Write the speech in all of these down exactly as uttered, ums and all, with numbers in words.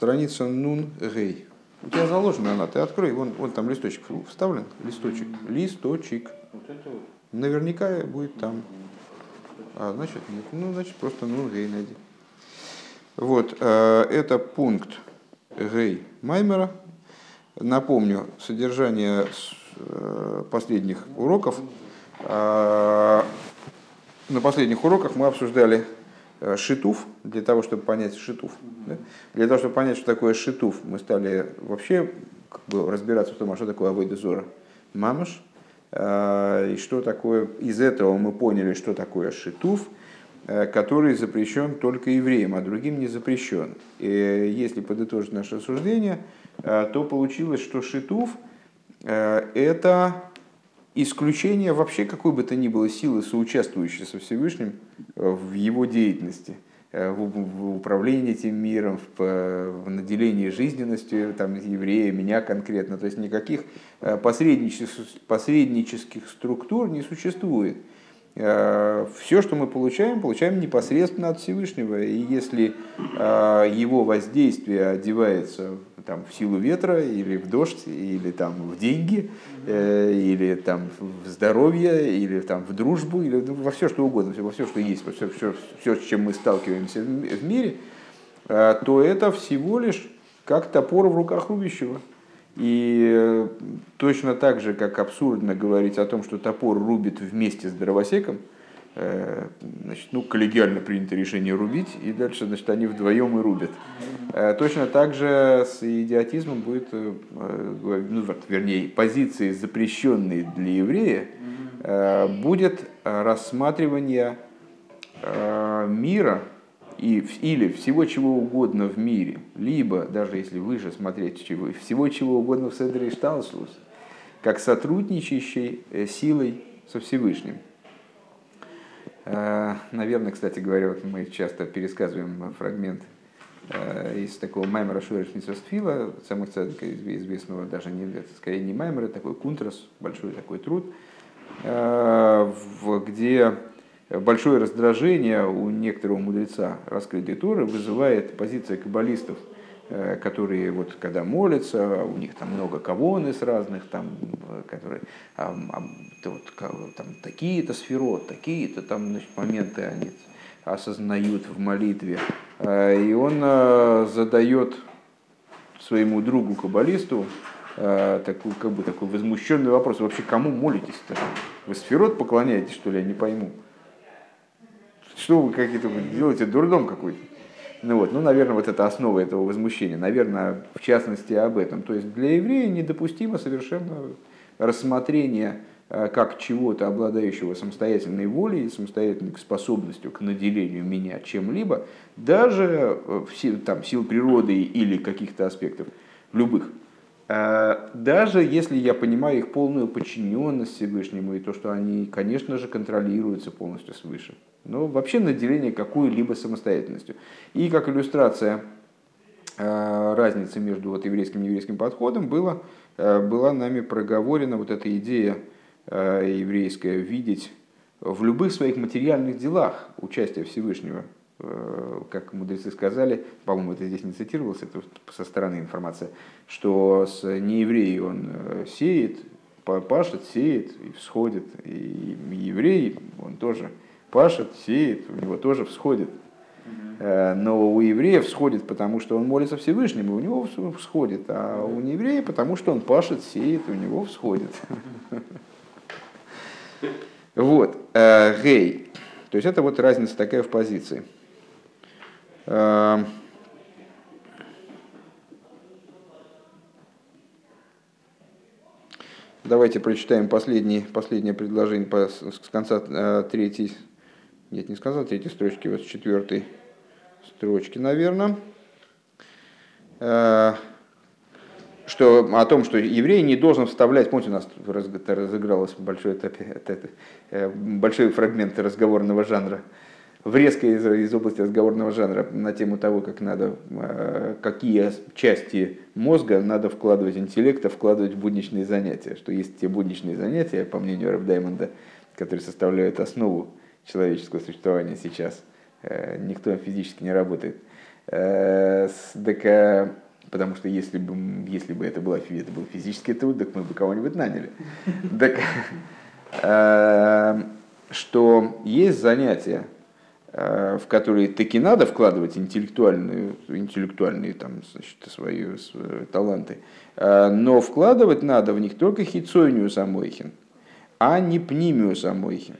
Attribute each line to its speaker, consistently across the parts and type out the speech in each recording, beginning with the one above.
Speaker 1: страница Нун Гей. У тебя заложена она, ты открой, вон, вон там листочек вставлен, листочек, листочек. Наверняка будет там. А, значит, нет. Ну, значит, просто Нун Гей найди. Вот, это пункт Гей Маймера. Напомню, содержание последних уроков. На последних уроках мы обсуждали шитуф, для того, чтобы понять шитуф. Да? Для того, чтобы понять, что такое шитуф, мы стали вообще как бы разбираться в том, а что такое авойда зора мамаш, и что такое, из этого мы поняли, что такое шитуф, который запрещен только евреям, а другим не запрещен. И если подытожить наше рассуждение, то получилось, что шитуф – это исключение вообще какой бы то ни было силы, соучаствующей со Всевышним в его деятельности, в управлении этим миром, в наделении жизненностью там, еврея, меня конкретно. То есть никаких посреднических, посреднических структур не существует. Все, что мы получаем, получаем непосредственно от Всевышнего. И если его воздействие одевается там, в силу ветра, или в дождь, или там, в деньги, или там, в здоровье, или там, в дружбу, или во все что угодно, во все, что есть, во все, все, все, с чем мы сталкиваемся в мире, то это всего лишь как топор в руках рубящего. И точно так же, как абсурдно говорить о том, что топор рубит вместе с дровосеком, значит, ну, коллегиально принято решение рубить, и дальше, значит, они вдвоем и рубят. Точно так же с идиотизмом будет, ну, вернее, позиции, запрещенные для еврея, будет рассматривание мира и, или всего чего угодно в мире, либо, даже если выше смотреть, чего, всего чего угодно в Седре Шталшус, как сотрудничающей силой со Всевышним. Наверное, кстати говоря, вот мы часто пересказываем фрагмент из такого Маймера Шуэрш Мицвастфила, самых цадика известного, даже не, скорее не Маймера, такой кунтрас, большой такой труд, где большое раздражение у некоторого мудреца раскрытой Торы вызывает позиция каббалистов, которые, вот, когда молятся, у них там много кавоны с разных, там, которые, а, а, вот, там, такие-то сферот, такие-то там, значит, моменты они осознают в молитве. И он задает своему другу каббалисту такой, как бы, такой возмущенный вопрос: вообще кому молитесь-то? Вы сферот поклоняетесь, что ли, я не пойму. Что вы какие-то делаете, дурдом какой-то? Ну, вот, ну, наверное, вот это основа этого возмущения. Наверное, в частности, об этом. То есть для еврея недопустимо совершенно рассмотрение как чего-то, обладающего самостоятельной волей, самостоятельной способностью к наделению меня чем-либо, даже в силу, там, сил природы или каких-то аспектов, любых. Даже если я понимаю их полную подчиненность Всевышнему и то, что они, конечно же, контролируются полностью свыше. Но вообще наделение какой-либо самостоятельностью. И как иллюстрация разницы между вот еврейским и нееврейским подходом было, была нами проговорена вот эта идея еврейская видеть в любых своих материальных делах участие Всевышнего. Как мудрецы сказали, по-моему, это здесь не цитировалось, это со стороны информация, что с неевреей он сеет, пашет, сеет и всходит, и еврей, он тоже пашет, сеет, у него тоже всходит. Но у еврея всходит, потому что он молится Всевышнему, у него всходит, а у нееврея, потому что он пашет, сеет, у него всходит. Вот, гей. То есть это вот разница такая в позиции. Давайте прочитаем последнее, последнее предложение с конца третьей, нет, не с конца третьей строчки, вот с четвертой строчки, наверное, что, о том, что еврей не должен вставлять, помните, у нас разыгралось большой, это, это, большой фрагмент разговорного жанра, врезка из, из области разговорного жанра на тему того, как надо, какие части мозга надо вкладывать, интеллекта вкладывать в будничные занятия. Что есть те будничные занятия, по мнению Рав Даймонда, которые составляют основу человеческого существования сейчас. Никто физически не работает.
Speaker 2: Так, потому что если бы, если бы это, было, это был физический труд, так мы бы кого-нибудь наняли. Так, что есть занятия, в которые таки надо вкладывать интеллектуальные, интеллектуальные там, значит, свои, свои таланты, но вкладывать надо в них только хицойнию самойхин, а не пнимию самойхин.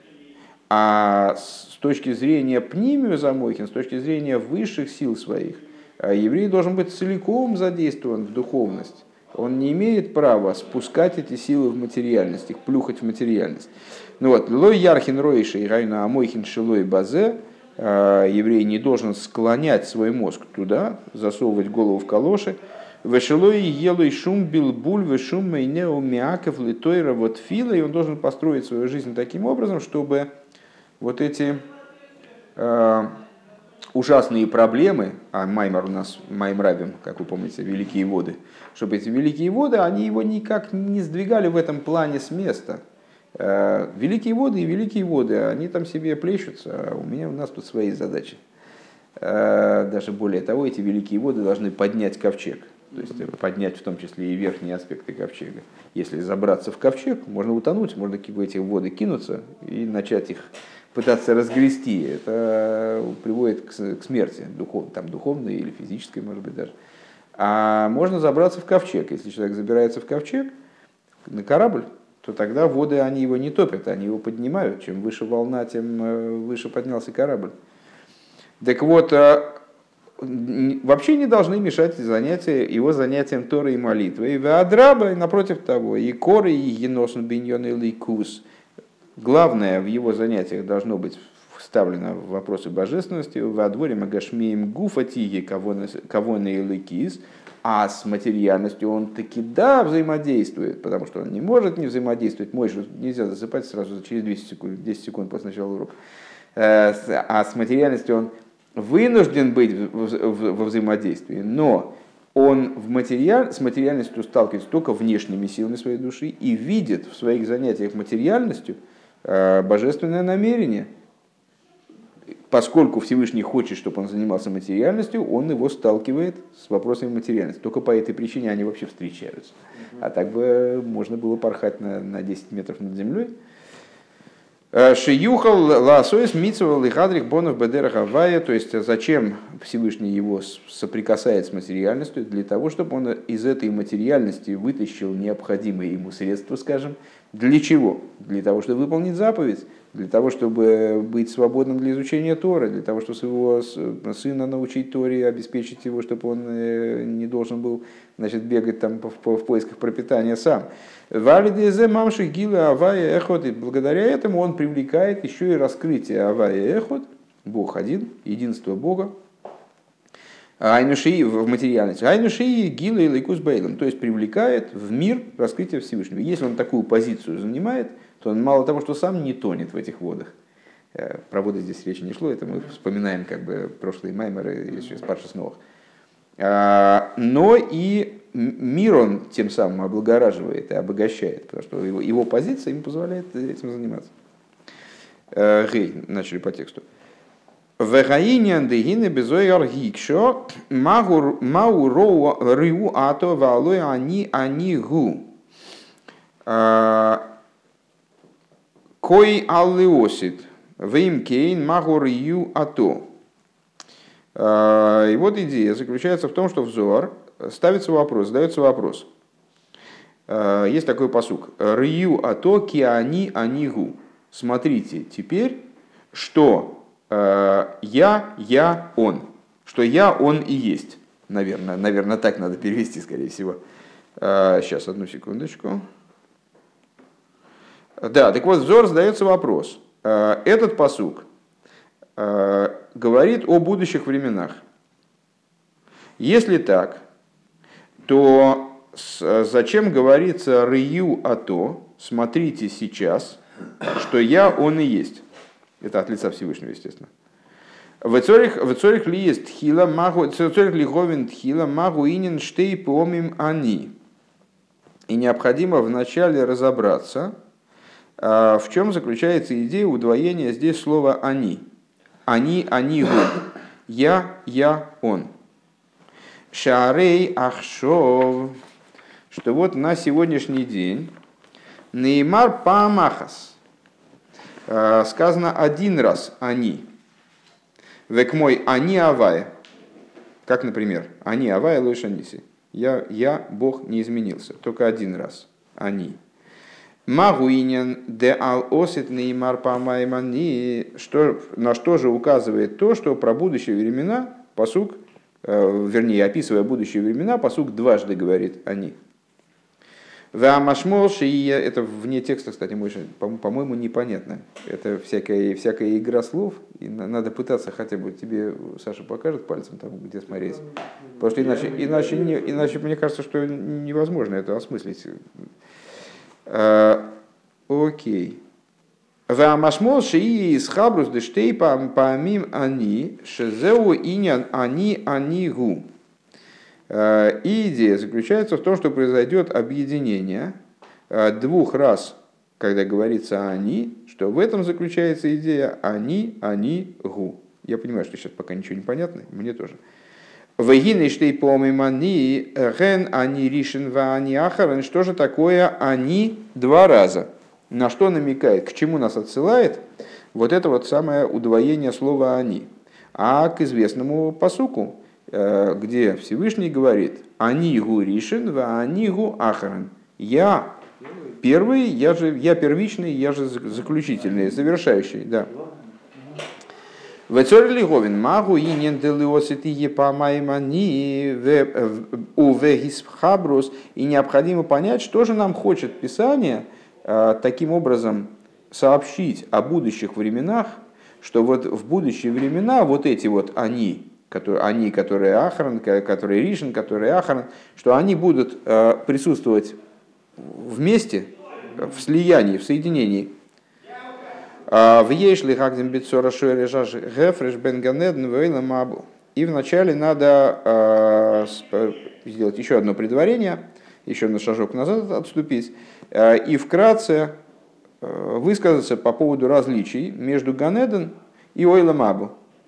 Speaker 2: А с точки зрения пнимию самойхин, с точки зрения высших сил своих, еврей должен быть целиком задействован в духовность. Он не имеет права спускать эти силы в материальность, их плюхать в материальность. Ну вот, лой ярхин ройши и райна амойхин шилой базе, еврей не должен склонять свой мозг туда, засовывать голову в калоши. Вешелой елой шум билбуль, вешум мейнеу миаков литойра вот фила, и он должен построить свою жизнь таким образом, чтобы вот эти э, ужасные проблемы, а Маймар у нас, Маймрабим, как вы помните, великие воды, чтобы эти великие воды, они его никак не сдвигали в этом плане с места. Э, великие воды и великие воды, они там себе плещутся, а у меня, у нас тут свои задачи. Э, даже более того, эти великие воды должны поднять ковчег. То есть поднять в том числе и верхние аспекты ковчега. Если забраться в ковчег, можно утонуть, можно в эти воды кинуться и начать их пытаться разгрести. Это приводит к смерти, духов, там, духовной или физической, может быть, даже. А можно забраться в ковчег. Если человек забирается в ковчег, на корабль, то тогда воды они его не топят, они его поднимают. Чем выше волна, тем выше поднялся корабль. Так вот, вообще не должны мешать занятия, его занятиям Торой и молитвой. И Веадраба, напротив того, и Коры, и Еносн, Биньон, и Лейкус. Главное в его занятиях должно быть вставлено в вопросы божественности. Во дворе Магашмием Гуфа Тиги, Кавона и Лейкис. А с материальностью он таки да взаимодействует, потому что он не может не взаимодействовать. Мойшу нельзя засыпать сразу через десять секунд, десять секунд после начала урока. А с материальностью он вынужден быть во взаимодействии, но он в материаль, с материальностью сталкивается только внешними силами своей души и видит в своих занятиях материальностью божественное намерение. Поскольку Всевышний хочет, чтобы он занимался материальностью, он его сталкивает с вопросами материальности. Только по этой причине они вообще встречаются. А так бы можно было порхать на, на десять метров над землей. Шиюхал ласоис митцвал лихадрих бонов бедерах авая, то есть зачем Всевышний его соприкасает с материальностью? Для того, чтобы он из этой материальности вытащил необходимые ему средства, скажем. Для чего? Для того, чтобы выполнить заповедь, для того, чтобы быть свободным для изучения Торы, для того, чтобы своего сына научить Торе, обеспечить его, чтобы он не должен был, значит, бегать там в поисках пропитания сам. Валидезе мамши гила авая эхот, и благодаря этому он привлекает еще и раскрытие авая эхот, Бог один, единство Бога, айнуши в материальности, айнуши гила и лейкус бейлом, то есть привлекает в мир раскрытие Всевышнего. Если он такую позицию занимает, то он мало того, что сам не тонет в этих водах. Про воды здесь речи не шло, это мы вспоминаем как бы прошлые маймеры еще из Паршас Ноах. Но и мир он тем самым облагораживает и обогащает, потому что его, его позиция ему позволяет этим заниматься. Гей, начали по тексту. Вегаинян дегины безой аргикшо мау роу риу ато валой они они гу. Кой аллиосит веймкейн магу риу ато. И вот идея заключается в том, что в Зоар ставится вопрос, задается вопрос. Есть такой пасук. Рию ато киани анигу. Смотрите теперь, что я, я, он. Что я, он и есть. Наверное, наверное, так надо перевести, скорее всего. Сейчас, одну секундочку. Да, так вот, в Зоар задается вопрос. Этот пасук говорит о будущих временах. Если так, то зачем говорится «рию ато», смотрите сейчас, что я, он и есть. Это от лица Всевышнего, естественно. «Вецорих ли есть тхила, вецорих ли говен тхила, магу инин штей помим они». И необходимо вначале разобраться, в чем заключается идея удвоения здесь слова «они». Они, они, гу. Я, я, он. Шаарей ахшов, что вот на сегодняшний день неймар паамахас, сказано один раз они. Век мой они авая, как, например, они авая лойшаниси. Я, я, Бог, не изменился, только один раз они. Магуинен де ал осит неймар паамаймани, что на что же указывает то, что про будущие времена пасук, вернее, описывая будущие времена, пасук дважды говорит они. Это вне текста, кстати, по-моему, непонятно. Это всякая, всякая игра слов. И надо пытаться хотя бы, тебе Саша покажет пальцем, там, где смотреть. Потому что иначе, иначе, не, иначе мне кажется, что невозможно это осмыслить. Окей. Ваамашмол шии из хабрус дештей памим они шезеу инян они они гу. И идея заключается в том, что произойдет объединение двух раз, когда говорится «они», что в этом заключается идея «они, они, гу». Я понимаю, что сейчас пока ничего не понятно, мне тоже. «Вегины штей помимани ген они ришен ва они ахарен». Что же такое «они» два раза? На что намекает, к чему нас отсылает вот это вот самое удвоение слова «они». А к известному пасуку, где Всевышний говорит «Они гу ришен, ва они гу ахарен». Я первый, я, же, я первичный, я же заключительный, завершающий. Да. «Вецорли говин магу и ненделиосити епамаймани увегисхабрус». И необходимо понять, что же нам хочет Писание таким образом сообщить о будущих временах, что вот в будущие времена вот эти вот «они», которые, они, которые Ахаран, которые Ришен, которые Ахаран, что они будут э, присутствовать вместе, в слиянии, в соединении. В Ейшли Хагдем Битсора Шуэре Жаш Гефреш Бен Ганеден Вейла Мабу. И вначале надо э, сделать еще одно предварение, еще на шажок назад отступить, э, и вкратце э, высказаться по поводу различий между Ганеден и Ойла Мабу.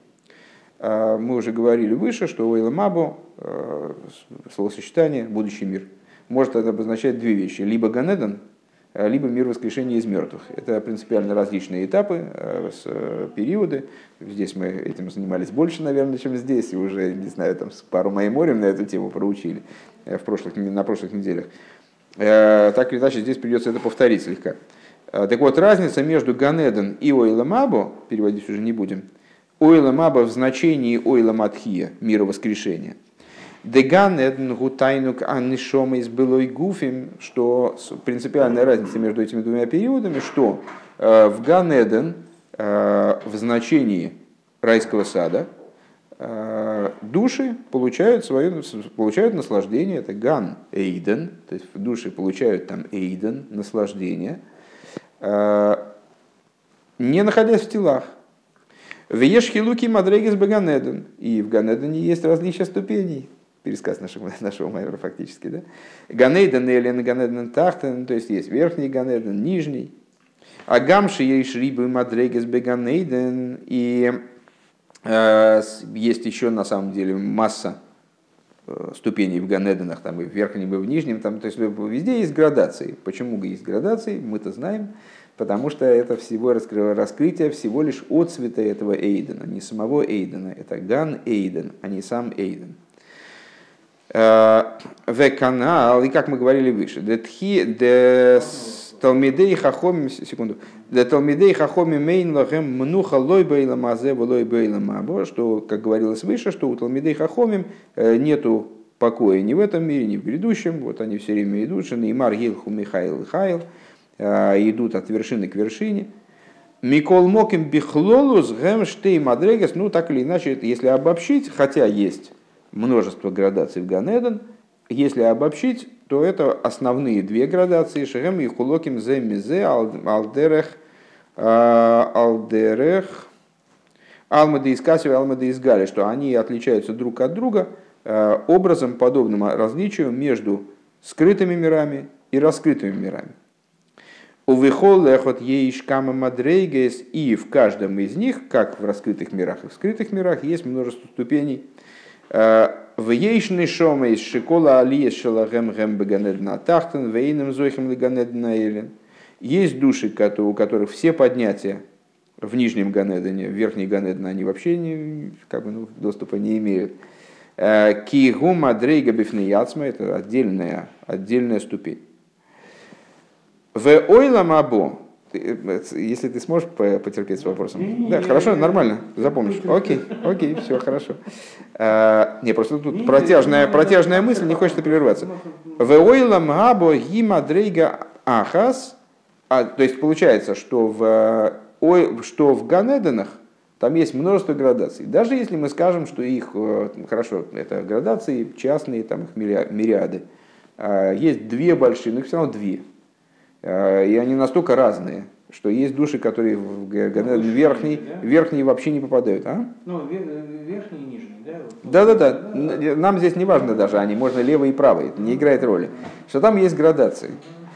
Speaker 2: Мы уже говорили выше, что Ойла Мабу, словосочетание «будущий мир», может это обозначать две вещи. Либо Ганеден, либо мир воскрешения из мертвых. Это принципиально различные этапы, периоды. Здесь мы этим занимались больше, наверное, чем здесь. И уже, не знаю, там пару майморем на эту тему проучили в прошлых, на прошлых неделях. Так или иначе, здесь придется это повторить слегка. Так вот, разница между Ганеден и Ойла Мабу, переводить уже не будем, Ойла Маба в значении Ойла Матхия, мира воскрешения. Деганеден гутайнук аннишома из былой гуфим, что принципиальная разница между этими двумя периодами, что э, в Ганеден, э, в значении райского сада, э, души получают, свое, получают наслаждение, это ган эйден, то есть души получают там эйден, наслаждение, э, не находясь в телах. В Ешхилуки Мадрегис Баганеден. И в Ганедене есть различия ступеней. Пересказ нашего, нашего майора фактически. Да? Ганеден или Ганеден Тахтен, то есть есть верхний Ганеден, нижний. А Гамши есть Рибы Мадрегис Баганеден. И э, есть еще на самом деле масса э, ступеней в Ганеденах, там и в верхнем, и в нижнем. Там, то есть везде есть градации. Почему есть градации, мы-то знаем. Потому что это всего раскрытие всего лишь отцвета этого Эйдена, не самого Эйдена. Это Ган Эйден, а не сам Эйден. В-канал, и как мы говорили выше, Талмидей Хахомим, секунду, Талмидей Хахомим Мейн Лахем Мнуха Лойбейла Мазе Лойбейла Мабо, что, как говорилось выше, что у Талмидей Хахомим нету покоя ни в этом мире, ни в грядущем. Вот они все время идут, Шанеймар Гилху Михаил Хайл, идут от вершины к вершине. Микол Моким Бихлолус Гемштей Мадрегес, ну так или иначе, если обобщить, хотя есть множество градаций в Ганеден, если обобщить, то это основные две градации: Шехем и Хулоким Земизе Алдерех Алдерех Алмады из Касси, Алмады из Гали, что они отличаются друг от друга образом, подобным различию между скрытыми мирами и раскрытыми мирами. Увихол лехот еишкама мадрейгес, и в каждом из них, как в раскрытых мирах и в скрытых мирах, есть множество ступеней. В ейшный шома из шикола алия шелагем гем беганедна тахтен вейным зойхем леганедна элен. Есть души, у которых все поднятия в нижнем Ганедане, в верхней Ганедане они вообще не, как бы, ну, доступа не имеют. Кигу мадрейга бифнеяцма — это отдельная, отдельная ступень. В ойлам або, если ты сможешь потерпеть с вопросом. Не, не, да, не, хорошо, не, нормально, запомнишь. Окей, окей, все хорошо. А, не, просто тут не, протяжная, протяжная мысль, не хочется прерваться. В ойлам або ги мадрейга ахас, а, то есть получается, что в, ой, что в Ганеданах там есть множество градаций. Даже если мы скажем, что их, хорошо, это градации частные, там их мириады. Есть две большие, но их все равно две. И они настолько разные, что есть души, которые в Ганедан верхний, да? Верхние вообще не попадают. А?
Speaker 3: Ну, верхний и нижний, да?
Speaker 2: Да-да-да. Нам здесь не важно даже, они можно левый и правый, это не играет роли. Что там есть градации.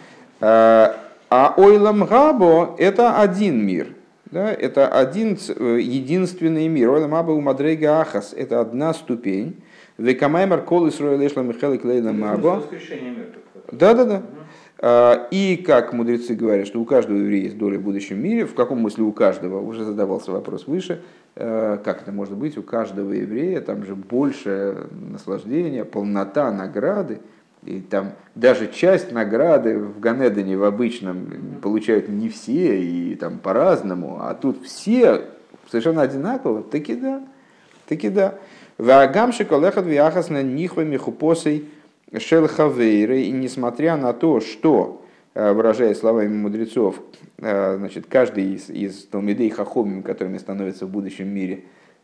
Speaker 2: А ойлам габо — это один мир. Да, это один единственный мир. Ойлам габо у мадрейга ахас — это одна ступень. Векамаймар кол Исроэль эшла михелик лейлам габо. Да-да-да. И как мудрецы говорят, что у каждого еврея есть доля в будущем мире, в каком смысле у каждого, уже задавался вопрос выше, как это может быть, у каждого еврея там же больше наслаждения, полнота награды, и там даже часть награды в Ганедане в обычном получают не все, и там по-разному, а тут все совершенно одинаково, таки да, таки да. Ваагамшик олехат вяхас на нихвами хупосой шелхавейры, и несмотря на то, что, выражая словами мудрецов, значит, каждый из, из талмидей хахомим, которыми становятся в будущем мире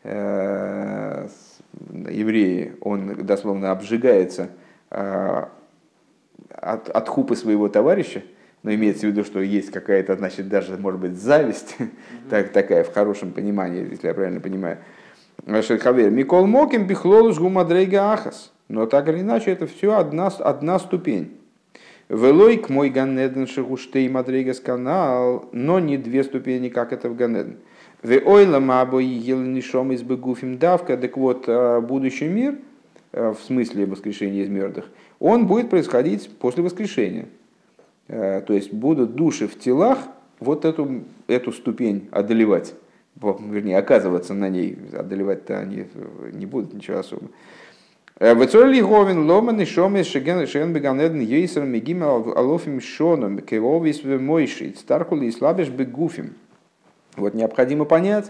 Speaker 2: евреи, он дословно обжигается от, от хупы своего товарища, но имеется в виду, что есть какая-то, значит, даже, может быть, зависть, mm-hmm. так, такая в хорошем понимании, если я правильно понимаю. Шелхавейр Микол Моким Бихлолус Гумадрейга Ахас. Но так или иначе, это все одна, одна ступень. Велойк мой Ганеден Шигуштей Мадрейгас канал, но не две ступени, как это в Ганеден. Ве ойла мабо елнишом из бегуфим давка. Так вот, будущий мир, в смысле воскрешения из мертвых, он будет происходить после воскрешения. То есть будут души в телах вот эту, эту ступень одолевать. Вернее, оказываться на ней. Одолевать-то они не будут ничего особого. Вецорли говин ломан и шоме шеген шеген беганеден ейсер мегим алофим шоном кевовис в мойшит старкули и слабеш бегуфим. Вот необходимо понять,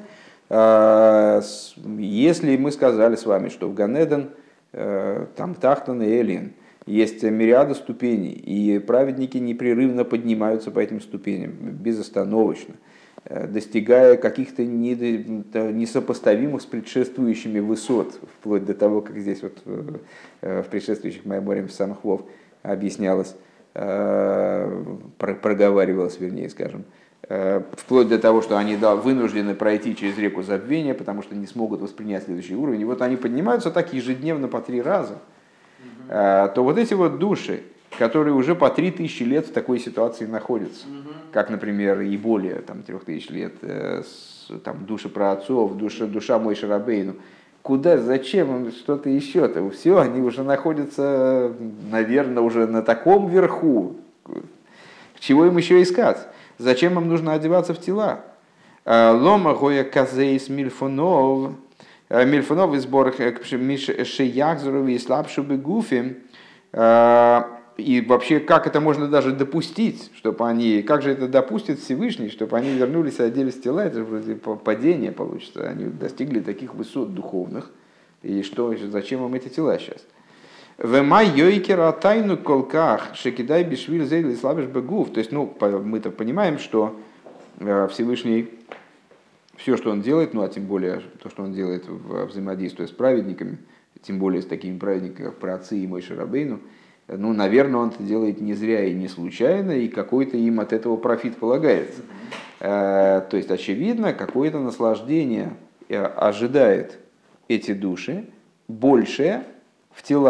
Speaker 2: если мы сказали с вами, что в Ганеден там Тахтан и Элин есть мириады ступеней, и праведники непрерывно поднимаются по этим ступеням безостановочно, достигая каких-то несопоставимых с предшествующими высот, вплоть до того, как здесь вот в предшествующих Майморем самых Вов объяснялось, проговаривалось, вернее, скажем, вплоть до того, что они да, вынуждены пройти через реку забвения, потому что не смогут воспринять следующий уровень. И вот они поднимаются так ежедневно по три раза, то вот эти вот души, которые уже по три тысячи лет в такой ситуации находятся, как, например, и более там, трех тысяч лет, там, души праотцов, душа, душа Мойше Рабейну, куда, зачем им что-то еще-то? Все, они уже находятся, наверное, уже на таком верху. Чего им еще искать? Зачем им нужно одеваться в тела? Лома гоя казейс мильфонов, мильфонов из сборах шеягзурови и слабшу бегуфи. И вообще, как это можно даже допустить, чтобы они, как же это допустит Всевышний, чтобы они вернулись и оделись в тела, это же вроде падение получится, они достигли таких высот духовных, и что, зачем им эти тела сейчас? Вема йойкера тайну колках шекидай бишвиль зейли слабиш бегув. То есть, ну, мы-то понимаем, что Всевышний, все, что он делает, ну, а тем более то, что он делает в взаимодействии с праведниками, тем более с такими праведниками, как праотцы и Мойше Рабейну, ну, наверное, он это делает не зря и не случайно, и какой-то им от этого профит полагается. То есть, очевидно, какое-то наслаждение ожидает эти души, большее в телах,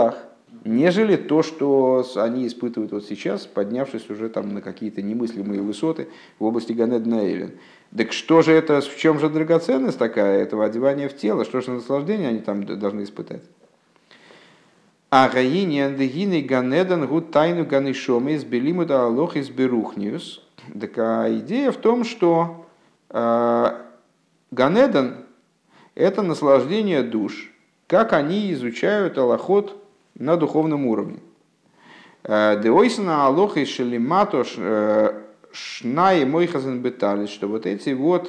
Speaker 2: нежели то, что они испытывают вот сейчас, поднявшись уже там на какие-то немыслимые высоты в области Ганедна Эйлен. Так что же это, в чем же драгоценность такая этого одевания в тело, что же наслаждение они там должны испытать? А гаини андегины Ганедан гуд тайну ганишомы из белимуда алох из берухниус. Так идея в том, что э, Ганедан — это наслаждение душ, как они изучают алахот на духовном уровне. Деойсна алох из шелимато шнай мойхазен беталис, что вот эти вот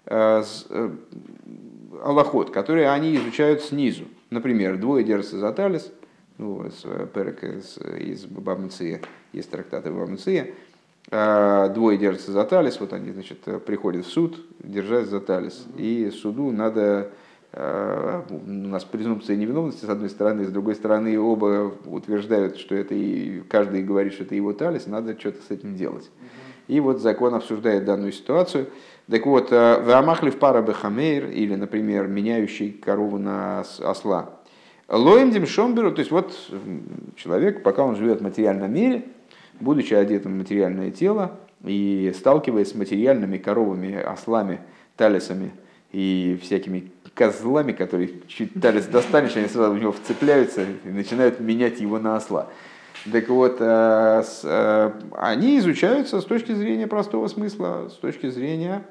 Speaker 2: алахот, которые они изучают снизу. Например, двое держатся за талис, ну, перек из, из Бабамция, есть трактаты Бабамция, двое держатся за талис, вот они, значит, приходят в суд, держась за талис, и суду надо, у нас презумпция невиновности с одной стороны, с другой стороны оба утверждают, что это и каждый говорит, что это его талис, надо что-то с этим делать. И вот закон обсуждает данную ситуацию. Так вот, «Ваамахлив пара бехамейр», или, например, меняющий корову на осла. «Лоем шомберу», то есть вот человек, пока он живет в материальном мире, будучи одетым в материальное тело и сталкиваясь с материальными коровами, ослами, талисами и всякими козлами, которые чуть талис достанешь, они сразу в него вцепляются и начинают менять его на осла. Так вот, они изучаются с точки зрения простого смысла, с точки зрения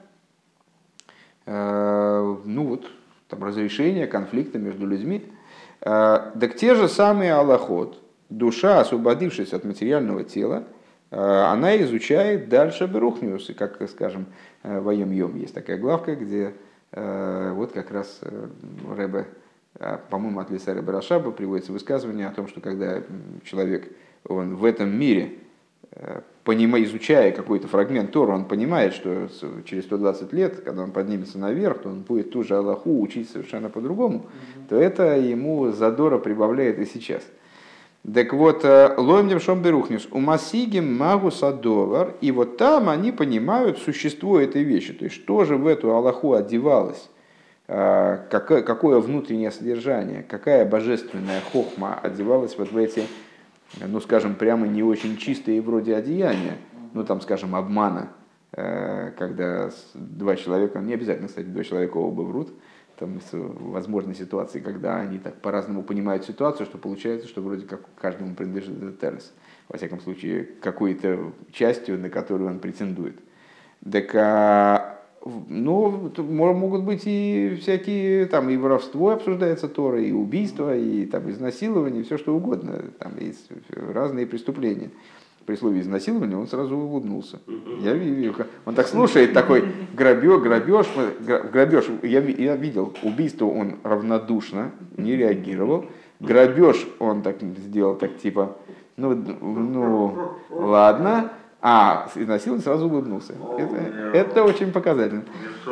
Speaker 2: ну вот, там, разрешения конфликта между людьми. Так те же самые алахот, душа, освободившись от материального тела, она изучает дальше берухниус. И как, скажем, в Айом-Йом есть такая главка, где вот как раз Ребе, по-моему, от лица Ребе Рашаба приводится высказывание о том, что когда человек он в этом мире, понимая, изучая какой-то фрагмент Тора, он понимает, что через сто двадцать лет, когда он поднимется наверх, то он будет ту же Аллаху учить совершенно по-другому, mm-hmm. то это ему задора прибавляет и сейчас. Так вот, лоемдем шомберухнис, у массигим магу садовар, и вот там они понимают существо этой вещи, то есть что же в эту Аллаху одевалось, какое, какое внутреннее содержание, какая божественная хохма одевалась вот в эти, ну, скажем, прямо не очень чистые вроде одеяния, ну, там, скажем, обмана, когда два человека, не обязательно, кстати, два человека оба врут, там возможны ситуации, когда они так по-разному понимают ситуацию, что получается, что вроде как каждому принадлежит этот талис, во всяком случае, какой-то частью, на которую он претендует. Так, ну, могут быть и всякие, там, и воровство обсуждается Тора, и убийство, и там, изнасилование, все что угодно, там есть разные преступления. При слове изнасилования он сразу улыбнулся. Я видел, он так слушает, такой грабеж, грабеж, грабеж. Я, я видел, убийство он равнодушно, не реагировал. Грабеж он так сделал, так типа, ну, ну ладно. А, изнасилование сразу улыбнулся. Это, это очень показательно.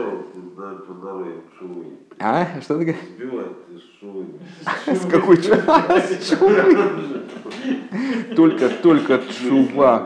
Speaker 2: А, что ты говоришь? С какой чувы? Только, только чува.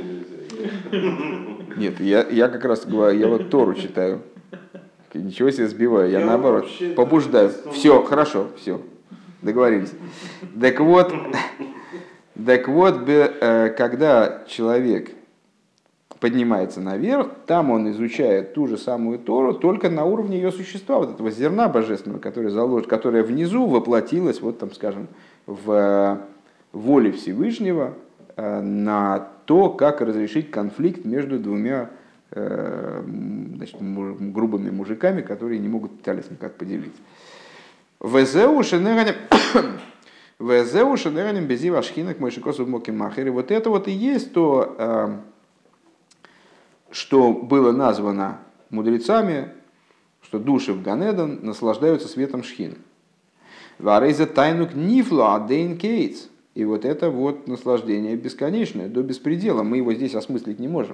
Speaker 2: Нет, я, я как раз говорю, я вот Тору читаю. Ничего себе сбиваю, я, я наоборот побуждаю. Все, хорошо, все, договорились. Так вот, так вот, когда человек поднимается наверх, там он изучает ту же самую Тору, только на уровне ее существа, вот этого зерна божественного, которое, залож... которое внизу воплотилось, вот там, скажем, в воле Всевышнего на то, как разрешить конфликт между двумя, значит, грубыми мужиками, которые не могут талис никак поделить. Везеу шенеганем Везеу шенеганем безив ашхинок мойшикосу моки махери. Вот это вот и есть то, что было названо мудрецами, что души в Ганедан наслаждаются светом шхины. Варейза тайнук нифла адейн кейтс. И вот это вот наслаждение бесконечное, до беспредела. Мы его здесь осмыслить не можем.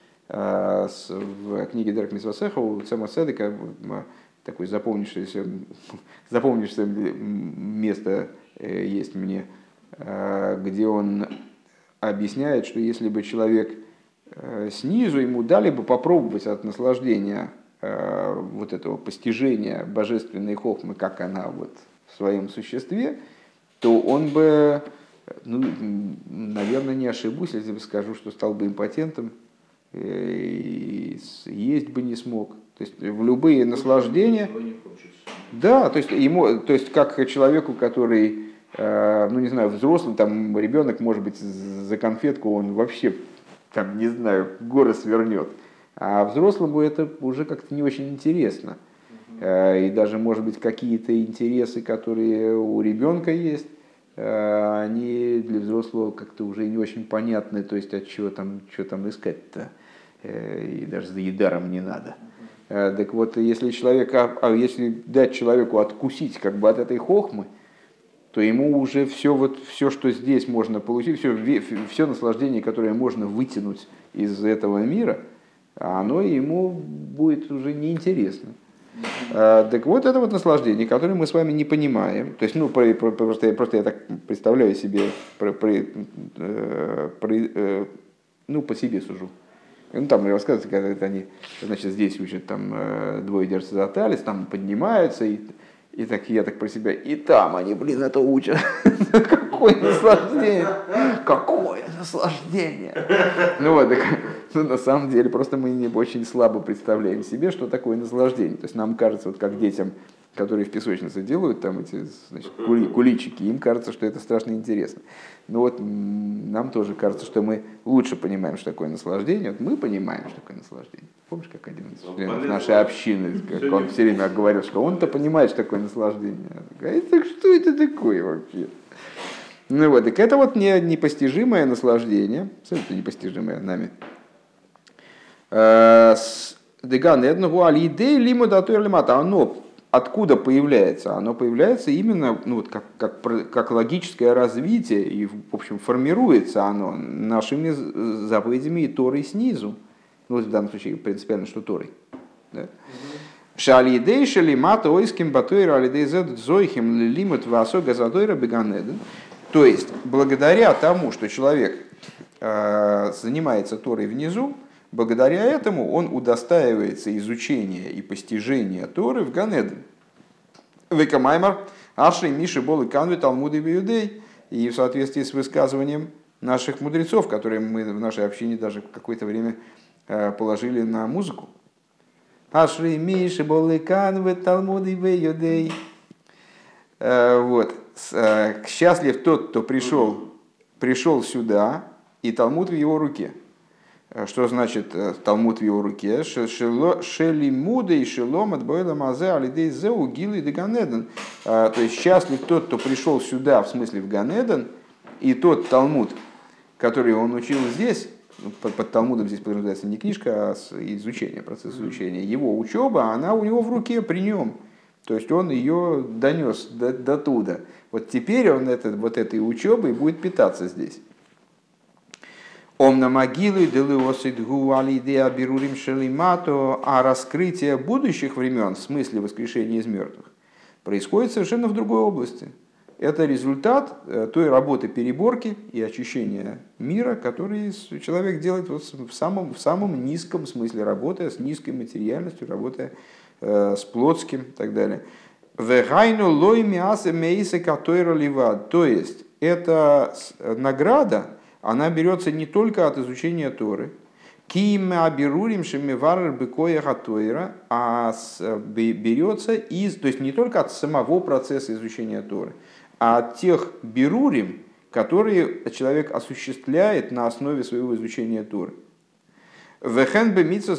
Speaker 2: В книге Дерек Митсвасеха у Цема Седека такое запомнившееся, запомнившееся место есть мне, где он объясняет, что если бы человек снизу ему дали бы попробовать от наслаждения вот этого постижения божественной хохмы, как она вот в своем существе, то он бы ну, наверное, не ошибусь, если бы скажу, что стал бы импотентом, и есть бы не смог. То есть в любые наслаждения... Да, то есть ему, то есть как человеку, который, ну не знаю, взрослый, там ребенок, может быть, за конфетку он вообще, там, не знаю, горы свернет. А взрослому это уже как-то не очень интересно. И даже, может быть, какие-то интересы, которые у ребенка есть, они для взрослого как-то уже не очень понятны. То есть, от чего там, что там искать-то? И даже за едаром не надо. Так вот, если, человека, а если дать человеку откусить как бы от этой хохмы, то ему уже все, вот, все, что здесь можно получить, все, все наслаждение, которое можно вытянуть из этого мира, оно ему будет уже неинтересно. Так вот, это вот наслаждение, которое мы с вами не понимаем. То есть, ну, про, про, просто, просто я так представляю себе, про, про, про, ну, по себе сужу. Ну, там мне рассказывают, когда они, значит, здесь учат, там двое держатся за талис, там поднимаются, и, и так я так про себя, и там они, блин, это учат. Какое наслаждение! Какое наслаждение! Ну вот, так, ну, на самом деле, просто мы не очень слабо представляем себе, что такое наслаждение. То есть нам кажется, вот как детям, которые в песочнице делают, там эти, значит, кули, куличики, им кажется, что это страшно интересно. Но вот нам тоже кажется, что мы лучше понимаем, что такое наслаждение. Вот мы понимаем, что такое наслаждение. Помнишь, как один из членов нашей общины, как он все время говорил, что он-то понимает, что такое наслаждение. А так что это такое вообще? Ну вот, так это вот не, непостижимое наслаждение, абсолютно непостижимое нами. Оно откуда появляется? Оно появляется именно, ну, вот как, как, как логическое развитие, и, в общем, формируется оно нашими заповедями и Торой снизу. Ну, в данном случае принципиально, что Торой. Шалидей шалимата ойским батойра алидей зед зойхим лимут васога задойра беганеден. То есть, благодаря тому, что человек э, занимается Торой внизу, благодаря этому он удостаивается изучения и постижения Торы в Ганеден. Векамаймар, Ашри, Миши, Бол и Канви, Талмуд и Иудей. И в соответствии с высказыванием наших мудрецов, которые мы в нашей общине даже какое-то время э, положили на музыку. Ашри, Миши, Бол и Канви, Талмуд и Иудей. Вот. Счастлив тот, кто пришел, пришел сюда, и Талмуд в его руке. Что значит Талмуд в его руке? Шелимуда и шелом от бойла мазе алидей зеу гилы де Ганеден. То есть счастлив тот, кто пришел сюда, в смысле в Ганеден, и тот Талмуд, который он учил здесь, под, под Талмудом здесь подразумевается не книжка, а изучение, процесс изучения, его учеба, она у него в руке, при нем. То есть он ее донес до, до туда. Вот теперь он это, вот этой учебой будет питаться здесь. Омна могилы делиосидгу алидеа берурим шелимато, а раскрытие будущих времен в смысле воскрешения из мертвых происходит совершенно в другой области. Это результат той работы переборки и очищения мира, который человек делает вот в, самом, в самом низком смысле, работая с низкой материальностью, работая э, с плотским и так далее. То есть эта награда, она берется не только от изучения Торы, а берется из, то есть не только от самого процесса изучения Торы, а от тех берурим, которые человек осуществляет на основе своего изучения Торы. Вехен бемитсвейс